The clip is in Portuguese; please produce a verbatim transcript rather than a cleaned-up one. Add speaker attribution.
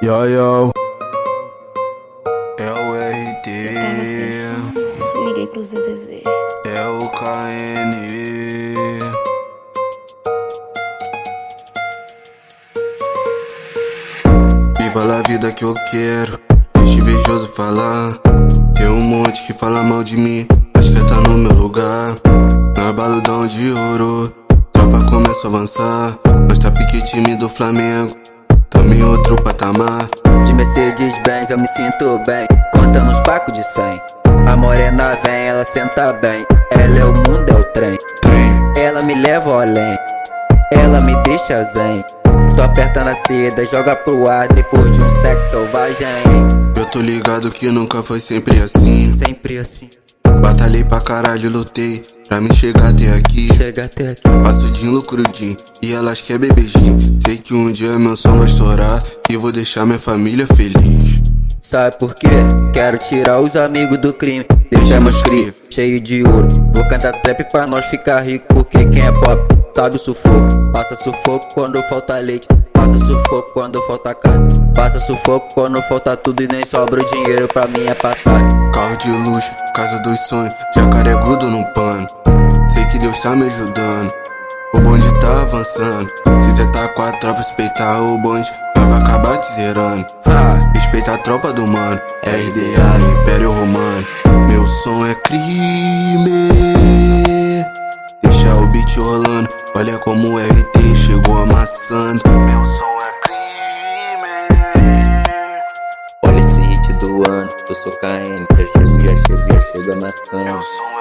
Speaker 1: Yo, yo.
Speaker 2: É o R T,
Speaker 3: Liguei pro Z Z Z.
Speaker 2: é o K N. Viva a vida que eu quero, deixa invejoso falar. Tem um monte que fala mal de mim, mas quer tá no meu lugar. Na baludão de ouro, tropa começa a avançar. Nós tá pique time do Flamengo, tamo em outro patamar.
Speaker 4: De Mercedes-Benz eu me sinto bem, contando uns pacos de cem. A morena vem, ela senta bem, ela é o mundo, é o trem. Ela me leva além, ela me deixa zen. Só aperta na seda, joga pro ar depois de um sexo selvagem.
Speaker 2: Eu tô ligado que nunca foi sempre assim.
Speaker 4: Sempre assim,
Speaker 2: Batalhei pra caralho, lutei pra me chegar até aqui.
Speaker 4: chega até aqui.
Speaker 2: Passo de lucrudinho e elas quer bebezinho. Sei que um dia meu som vai estourar e vou deixar minha família feliz.
Speaker 4: Sabe por quê? Quero tirar os amigos do crime, deixar meus cria cheio de ouro. Vou cantar trap pra nós ficar rico, porque quem é pop sabe o sufoco. Passa sufoco quando falta leite, passa sufoco quando falta carne, passa sufoco quando falta tudo e nem sobra o dinheiro pra minha passagem.
Speaker 2: Carro de luxo, casa dos sonhos, jacaré grudo no pano. Sei que Deus tá me ajudando, o bonde tá avançando. Se cê tá com a tropa, respeitar o bonde, nós vai acabar te zerando.
Speaker 4: Ah,
Speaker 2: Respeita a tropa do mano, R D A, Império Romano. Meu som é crime, deixa o beat rolando. Olha como o R T chegou amassando. Meu som é crime.
Speaker 4: olha esse hit do ano, eu sou K N, já chego, já chego, já chego amassando.
Speaker 2: Meu som